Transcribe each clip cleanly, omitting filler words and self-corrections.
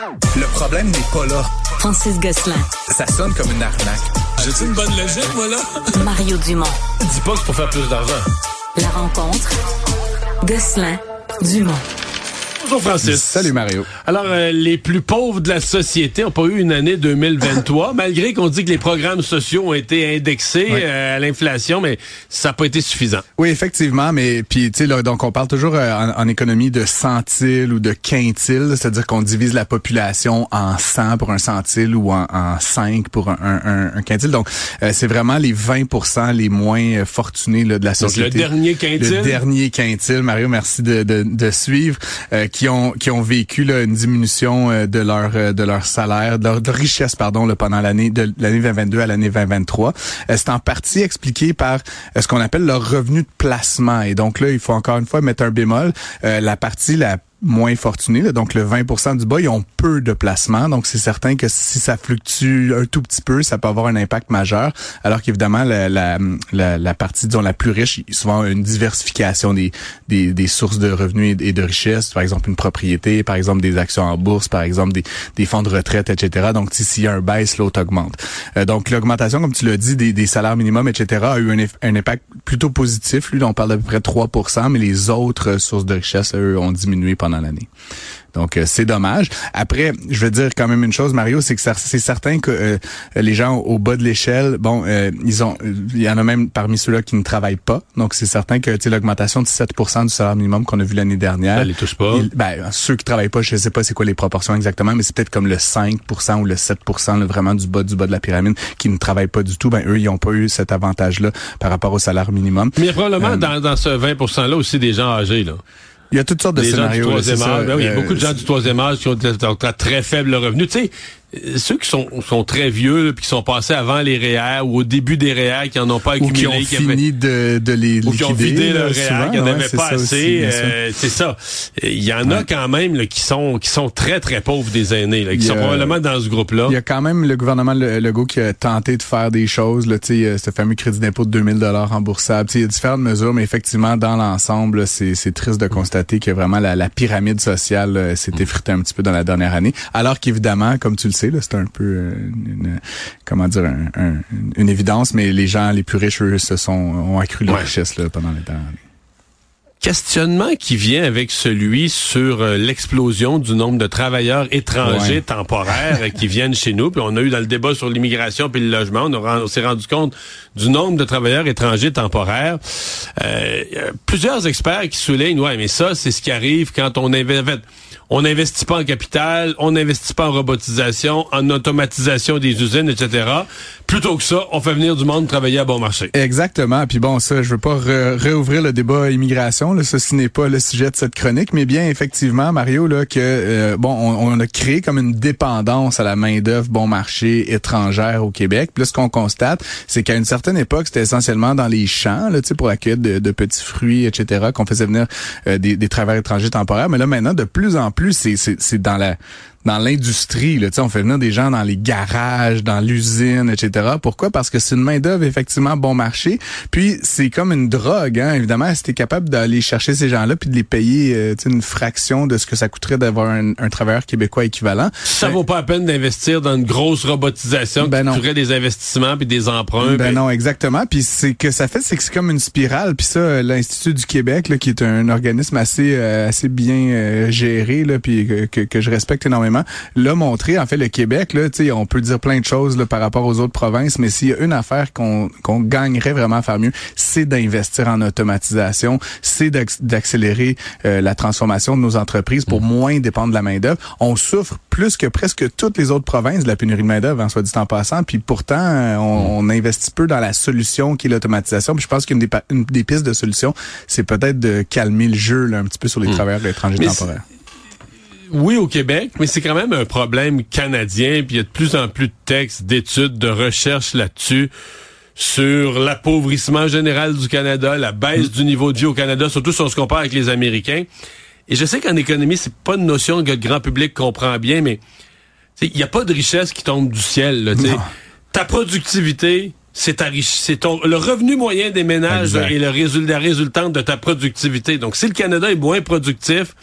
Le problème n'est pas là. Francis Gosselin. Ça sonne comme une arnaque. J'ai-tu une bonne logique, moi, là? Mario Dumont. Dis pas que c'est pour faire plus d'argent. La rencontre. Gosselin. Dumont. Bonjour Francis. Salut Mario. Alors, les plus pauvres de la société n'ont pas eu une année 2023, malgré qu'on dit que les programmes sociaux ont été indexés à l'inflation, mais ça n'a pas été suffisant. Oui, effectivement, mais puis tu sais, donc on parle toujours en économie de centiles ou de quintiles, c'est-à-dire qu'on divise la population en 100 pour un centile ou en 5 pour un quintile. Donc, c'est vraiment les 20% les moins fortunés là, de la société. Donc, le dernier quintile. Le dernier quintile, Mario, merci de suivre. Qui ont vécu là, une diminution de leur salaire, de leur richesse là, pendant l'année 2022 à l'année 2023. C'est en partie expliqué par ce qu'on appelle leur revenu de placement. Et donc là, il faut encore une fois mettre un bémol. La partie la moins fortunés, là, donc le 20% du bas, ils ont peu de placements, donc c'est certain que si ça fluctue un tout petit peu, ça peut avoir un impact majeur, alors qu'évidemment la partie, disons, la plus riche, souvent une diversification des sources de revenus et de richesses, par exemple une propriété, par exemple des actions en bourse, par exemple des fonds de retraite, etc. Donc s'il y a un baisse, l'autre augmente. Donc l'augmentation, comme tu l'as dit, des salaires minimums, etc., a eu un impact plutôt positif. Lui, on parle d'à peu près 3%, mais les autres sources de richesse, eux, ont diminué pendant l'année. Donc, c'est dommage. Après, je veux dire quand même une chose, Mario, c'est que c'est certain que les gens au bas de l'échelle, il y en a même parmi ceux-là qui ne travaillent pas. Donc, c'est certain que l'augmentation de 7% du salaire minimum qu'on a vu l'année dernière. Ça les touche pas. Ceux qui travaillent pas, je sais pas c'est quoi les proportions exactement, mais c'est peut-être comme le 5% ou le 7% là, vraiment du bas de la pyramide qui ne travaillent pas du tout. Eux, ils n'ont pas eu cet avantage-là par rapport au salaire minimum. Mais il y a probablement dans ce 20%-là aussi des gens âgés, là. Il y a toutes sortes de scénarios. Gens du troisième âge. Il y a beaucoup de gens du troisième âge qui ont très faible revenu. Tu sais, ceux qui sont très vieux puis qui sont passés avant les REER ou au début des REER qui en ont pas accumulé, ou qui ont fini de les liquider, ou qui ont vidé le REER, qui n'en avaient pas assez. C'est ça. Il y en a quand même là, qui sont très très pauvres des aînés, là, qui sont probablement dans ce groupe-là. Il y a quand même le gouvernement Legault qui a tenté de faire des choses, là, tu sais, ce fameux crédit d'impôt de 2 000 remboursable. Tu sais, il y a différentes mesures, mais effectivement dans l'ensemble, là, c'est triste de constater que vraiment la pyramide sociale s'est effritée un petit peu dans la dernière année, alors qu'évidemment, comme tu le sais, là, c'est un peu une évidence, mais les gens les plus riches, eux, ont accru leur richesse là, pendant les dernières années. Questionnement qui vient avec celui sur l'explosion du nombre de travailleurs étrangers temporaires qui viennent chez nous. Puis on a eu dans le débat sur l'immigration puis le logement, on s'est rendu compte du nombre de travailleurs étrangers temporaires. Plusieurs experts qui soulignent, mais ça, c'est ce qui arrive quand on n'investit pas en capital, on n'investit pas en robotisation, en automatisation des usines, etc. Plutôt que ça, on fait venir du monde travailler à bon marché. Exactement. Puis bon, ça, je veux pas réouvrir le débat immigration. Là, ceci n'est pas le sujet de cette chronique, mais bien effectivement, Mario, là, que on a créé comme une dépendance à la main-d'œuvre bon marché étrangère au Québec. Puis là, ce qu'on constate, c'est qu'à une certaine époque, c'était essentiellement dans les champs, là, tu sais, pour la cueillette de petits fruits, etc., qu'on faisait venir des travailleurs étrangers temporaires. Mais là, maintenant, de plus en plus, c'est dans l'industrie, là, tu sais, on fait venir des gens dans les garages, dans l'usine, etc. Pourquoi? Parce que c'est une main-d'œuvre effectivement bon marché. Puis c'est comme une drogue, hein. Évidemment, si t'es capable d'aller chercher ces gens-là puis de les payer, tu sais, une fraction de ce que ça coûterait d'avoir un travailleur québécois équivalent. Ça vaut pas la peine d'investir dans une grosse robotisation qui coûterait des investissements puis des emprunts. Non, exactement. Puis c'est que ça fait, c'est que c'est comme une spirale. Puis ça, l'Institut du Québec, là, qui est un organisme assez bien géré, là, puis que je respecte énormément, l'a montré. En fait, le Québec, là, tu sais, on peut dire plein de choses là, par rapport aux autres provinces, mais s'il y a une affaire qu'on gagnerait vraiment à faire mieux, c'est d'investir en automatisation, c'est d'accélérer la transformation de nos entreprises pour moins dépendre de la main-d'œuvre. On souffre plus que presque toutes les autres provinces de la pénurie de main-d'œuvre, soit dit en passant, puis pourtant, on investit peu dans la solution qui est l'automatisation. Puis je pense qu'une des pistes de solution, c'est peut-être de calmer le jeu là, un petit peu sur les travailleurs étrangers temporaires. Oui, au Québec, mais c'est quand même un problème canadien, puis il y a de plus en plus de textes, d'études, de recherches là-dessus, sur l'appauvrissement général du Canada, la baisse du niveau de vie au Canada, surtout si on se compare avec les Américains. Et je sais qu'en économie, c'est pas une notion que le grand public comprend bien, mais il n'y a pas de richesse qui tombe du ciel. Là, ta productivité, c'est le revenu moyen des ménages et la résultante de ta productivité. Donc, si le Canada est moins productif,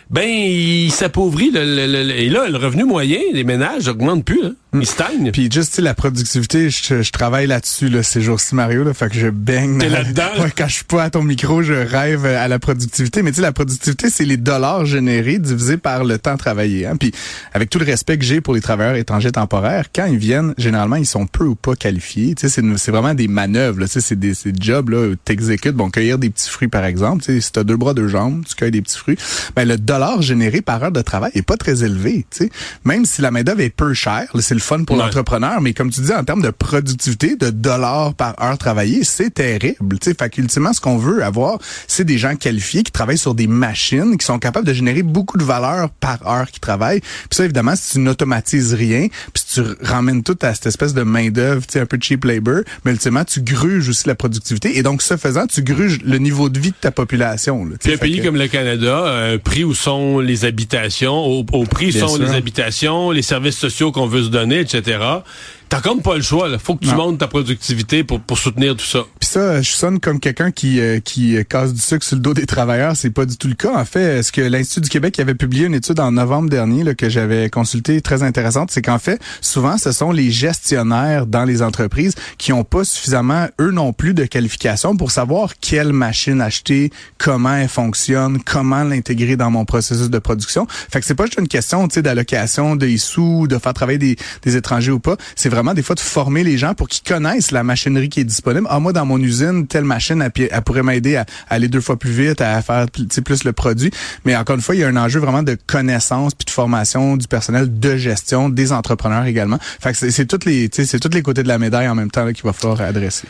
ben il s'appauvrit. Et là, le revenu moyen des ménages augmente plus. Hein. Il stagne. Puis juste la productivité, je travaille là-dessus là, ces jours-ci, Mario. Là, fait que je baigne. T'es là-dedans? Ouais, quand je suis pas à ton micro, je rêve à la productivité. Mais tu sais, la productivité, c'est les dollars générés divisés par le temps travaillé. Hein. Puis avec tout le respect que j'ai pour les travailleurs étrangers temporaires, quand ils viennent, généralement, ils sont peu ou pas qualifiés. Tu sais, c'est vraiment des manœuvres. Là. Tu sais, c'est des jobs là où t'exécutes. Bon, cueillir des petits fruits, par exemple. Tu sais, si t'as 2 bras, 2 jambes, tu cueilles des petits fruits. Ben le dollar généré par heure de travail est pas très élevé. Tu sais, même si la main d'œuvre est peu chère, là, c'est le fun pour l'entrepreneur. Mais comme tu dis, en termes de productivité, de dollars par heure travaillée, c'est terrible. Tu sais, fait qu'ultimement, ce qu'on veut avoir, c'est des gens qualifiés qui travaillent sur des machines, qui sont capables de générer beaucoup de valeur par heure qu'ils travaillent. Puis ça, évidemment, si tu n'automatises rien, puis si tu ramènes tout à cette espèce de main d'œuvre, tu sais, un peu cheap labor, mais ultimement, tu gruges aussi la productivité. Et donc, ce faisant, tu gruges le niveau de vie de ta population. Là, puis un pays comme le Canada, un prix où sont les habitations, au prix où sont les habitations, les services sociaux qu'on veut se donner, etc. T'as comme pas le choix, là. Faut que tu montes ta productivité pour soutenir tout ça. Puis ça, je sonne comme quelqu'un qui casse du sucre sur le dos des travailleurs. C'est pas du tout le cas. En fait, ce que l'Institut du Québec avait publié une étude en novembre dernier, là, que j'avais consultée, très intéressante, c'est qu'en fait, souvent, ce sont les gestionnaires dans les entreprises qui ont pas suffisamment, eux non plus, de qualification pour savoir quelle machine acheter, comment elle fonctionne, comment l'intégrer dans mon processus de production. Fait que c'est pas juste une question, tu sais, d'allocation des sous, de faire travailler des étrangers ou pas. C'est vraiment des fois de former les gens pour qu'ils connaissent la machinerie qui est disponible. Ah, moi, dans mon usine, telle machine, elle pourrait m'aider à aller 2 fois plus vite, à faire plus le produit. Mais encore une fois, il y a un enjeu vraiment de connaissance puis de formation du personnel de gestion, des entrepreneurs également. Fait que c'est tous les côtés de la médaille en même temps là, qu'il va falloir adresser.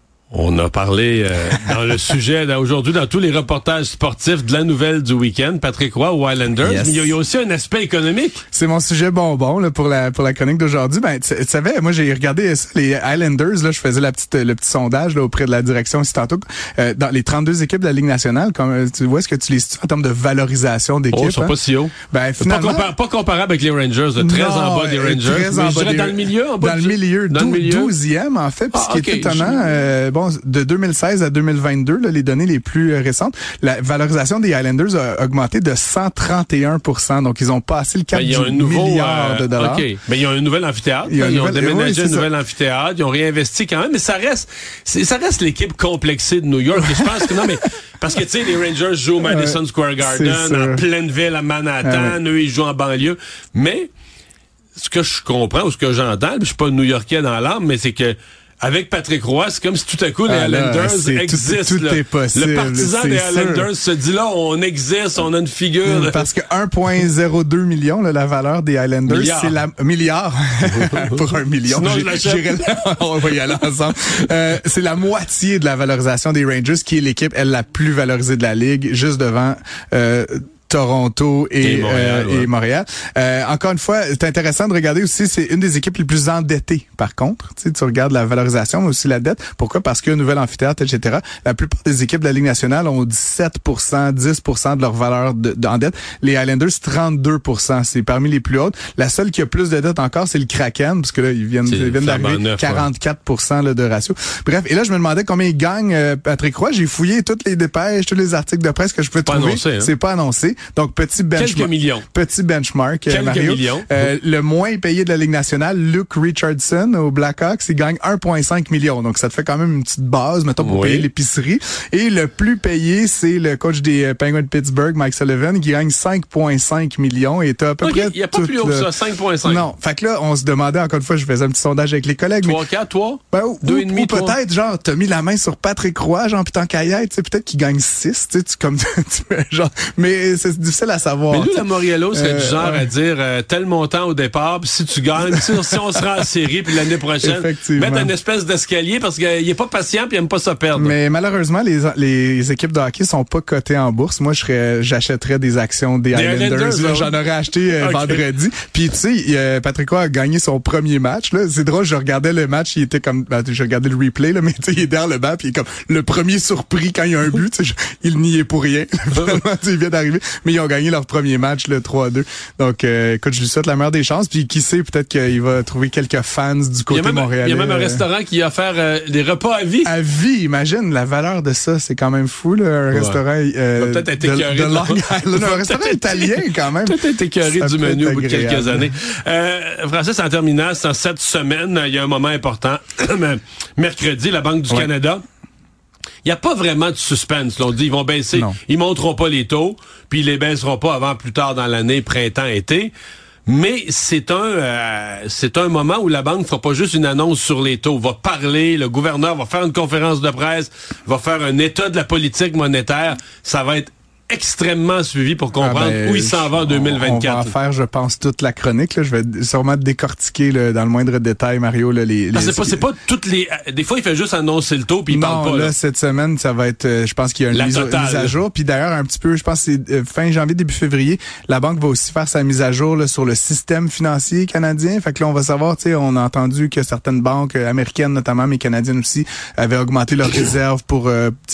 On a parlé dans le sujet aujourd'hui, dans tous les reportages sportifs de la nouvelle du week-end, Patrick Roy aux Highlanders. Yes. Mais il y a aussi un aspect économique. C'est mon sujet bonbon là, pour la chronique d'aujourd'hui. Ben, tu savais, moi j'ai regardé ça, les Highlanders. Là, je faisais le petit sondage là, auprès de la direction ici tantôt. Dans les 32 équipes de la Ligue nationale, tu vois, est-ce que tu les situes en termes de valorisation d'équipe? Ils sont pas si hauts. Ben, finalement, pas comparable avec les Rangers, très en bas des Rangers. Mais je dirais dans le milieu, en bas dans le milieu, 12e en fait. Puis ce qui est étonnant, de 2016 à 2022, là, les données les plus récentes, la valorisation des Highlanders a augmenté de 131%. Donc, ils ont passé le cap du milliard de dollars. OK. Mais il y a un nouvel amphithéâtre. Ils ont déménagé un nouvel amphithéâtre. Ils ont réinvesti quand même. Mais ça reste l'équipe complexée de New York. Je pense que non, mais parce que, tu sais, les Rangers jouent au Madison Square Garden, en pleine ville à Manhattan. Eux, ils jouent en banlieue. Mais ce que je comprends ou ce que j'entends, je suis pas New-Yorkais dans l'âme, mais c'est que avec Patrick Roy, c'est comme si tout à coup les Highlanders existent. Tout est possible. Le partisan des Highlanders se dit là, on existe, on a une figure. Parce que 1,02 million, là, la valeur des Highlanders, c'est la milliard pour 1 million. Sinon, on va y aller ensemble. C'est la moitié de la valorisation des Rangers, qui est l'équipe la plus valorisée de la ligue, juste devant Toronto et Montréal. Encore une fois, c'est intéressant de regarder aussi, c'est une des équipes les plus endettées, par contre. Tu regardes la valorisation, mais aussi la dette. Pourquoi? Parce qu'il y a un nouvel amphithéâtre, etc. La plupart des équipes de la Ligue nationale ont 17%, 10% de leur valeur en dette. Les Highlanders, 32%. C'est parmi les plus hautes. La seule qui a plus de dette encore, c'est le Kraken, parce que là, ils viennent d'arriver 44% là, de ratio. Bref, et là, je me demandais combien il gagne Patrick Roy. J'ai fouillé toutes les dépêches, tous les articles de presse que je pouvais trouver. C'est pas annoncé. Donc, petit benchmark. Quelques millions. Petit benchmark, Quelques Mario. Millions. Le moins payé de la Ligue nationale, Luke Richardson, aux Blackhawks, il gagne 1,5 million. Donc, ça te fait quand même une petite base, mettons, pour payer l'épicerie. Et le plus payé, c'est le coach des Penguins de Pittsburgh, Mike Sullivan, qui gagne 5,5 millions. Et t'as à peu près... Il n'y a pas plus haut que ça, 5,5. Non. Fait que là, on se demandait, encore une fois, je faisais un petit sondage avec les collègues. 3, 4, 3? Ben, 2,5, ou peut-être, genre, t'as mis la main sur Patrick Roy, genre, pis tant qu'à y être, tu sais, peut-être qu'il gagne 6, tu sais, genre, mais c'est difficile à savoir. Mais nous, la Moriello serait du genre à dire tel montant au départ, puis si tu gagnes, si on se rend en série, puis l'année prochaine, mettre une espèce d'escalier parce qu'il est pas patient puis il aime pas se perdre. Mais malheureusement, les équipes de hockey sont pas cotées en bourse. Moi, j'achèterais des actions des Highlanders. J'en aurais acheté vendredi. Puis tu sais, Patrick Roy a gagné son premier match. Là, c'est drôle, je regardais le match, il était comme, je regardais le replay là, mais tu sais, il est derrière le banc, puis il est comme le premier surpris quand il y a un but. Tu sais, il n'y est pour rien. Finalement, il vient d'arriver. mais ils ont gagné leur premier match, le 3-2. Donc, écoute, je lui souhaite la meilleure des chances. Puis qui sait, peut-être qu'il va trouver quelques fans du côté montréalais. Il y a même un restaurant qui a offert des repas à vie. À vie, imagine la valeur de ça, c'est quand même fou, là, un restaurant peut-être être écœuré de Long Island, un restaurant italien quand même. Peut-être être écœuré du menu au bout de quelques années. Francis, en terminant, c'est en cette semaine, il y a un moment important. Mercredi, la Banque du Canada. Il n'y a pas vraiment de suspense. Là. On dit ils vont baisser, ils monteront pas les taux, puis ils les baisseront pas avant plus tard dans l'année, printemps-été. Mais c'est un moment où la banque fera pas juste une annonce sur les taux, va parler, le gouverneur va faire une conférence de presse, va faire un état de la politique monétaire. Ça va être extrêmement suivi pour comprendre où il s'en va en 2024. On va en faire, je pense, toute la chronique. Là. Je vais sûrement décortiquer là, dans le moindre détail, Mario. Là, c'est pas toutes les... Des fois, il fait juste annoncer le taux puis il parle pas. Là, cette semaine, ça va être... je pense qu'il y a une mise à jour. Puis d'ailleurs, un petit peu, je pense que c'est fin janvier, début février, la banque va aussi faire sa mise à jour là, sur le système financier canadien. Fait que là, on va savoir, tu sais, on a entendu que certaines banques américaines, notamment, mais canadiennes aussi, avaient augmenté leurs réserves pour,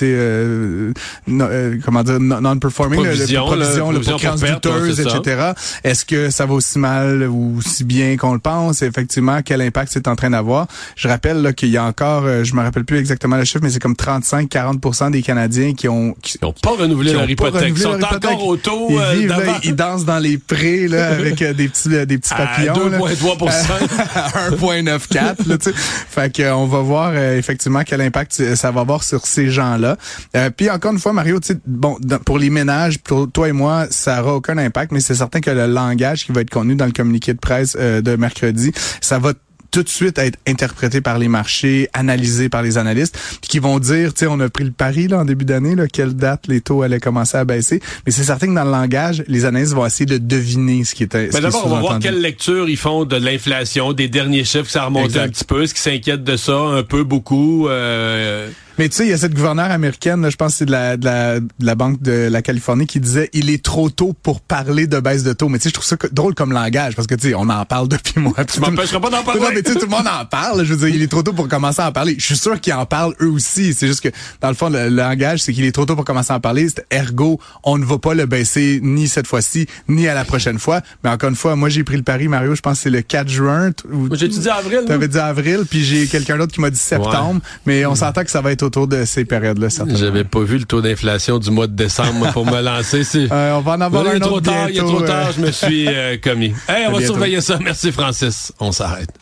non-performing, provision pour créances douteuses, etc. Est-ce que ça va aussi mal ou aussi bien qu'on le pense? Effectivement, quel impact c'est en train d'avoir? Je rappelle là, qu'il y a encore, je me rappelle plus exactement le chiffre, mais c'est comme 35-40% des Canadiens qui ont pas renouvelé leur hypothèque. Ils sont encore au taux d'avant. Ils dansent dans les prés là, avec des petits papillons. À 2,3%. À 1,94. Là, fait qu'on va voir effectivement quel impact ça va avoir sur ces gens-là. Puis encore une fois, Mario, bon, pour les ménages, pour toi et moi, ça n'aura aucun impact, mais c'est certain que le langage qui va être contenu dans le communiqué de presse de mercredi, ça va tout de suite être interprété par les marchés, analysé par les analystes, puis qui vont dire, tu sais, on a pris le pari là en début d'année, là, quelle date les taux allaient commencer à baisser, mais c'est certain que dans le langage, les analystes vont essayer de deviner ce qui était. Mais d'abord, on va voir quelle lecture ils font de l'inflation, des derniers chiffres, ça a remonté un petit peu, ce qui s'inquiète de ça, un peu, beaucoup. Mais tu sais, il y a cette gouverneure américaine, là, je pense que c'est de la Banque de la Californie, qui disait il est trop tôt pour parler de baisse de taux. Mais tu sais, je trouve ça drôle comme langage, parce que tu sais, on en parle depuis moi. Tu m'empêcheras pas d'en parler. Non, mais tu sais, tout le monde en parle. Je veux dire, il est trop tôt pour commencer à en parler. Je suis sûr qu'ils en parlent eux aussi. C'est juste que, dans le fond, le langage, c'est qu'il est trop tôt pour commencer à en parler. C'est ergo, on ne va pas le baisser ni cette fois-ci, ni à la prochaine fois. Mais encore une fois, moi, j'ai pris le pari, Mario, je pense que c'est le 4 juin. Moi, j'ai dit avril. T'avais dit avril, puis j'ai quelqu'un d'autre qui m'a dit septembre. Ouais. Mais on s'entend que ça va être autour de ces périodes-là, certainement. J'avais pas vu le taux d'inflation du mois de décembre pour me lancer. On va en avoir un autre bientôt. Il est trop tard, je me suis commis. Hey, on va surveiller ça. Merci, Francis. On s'arrête.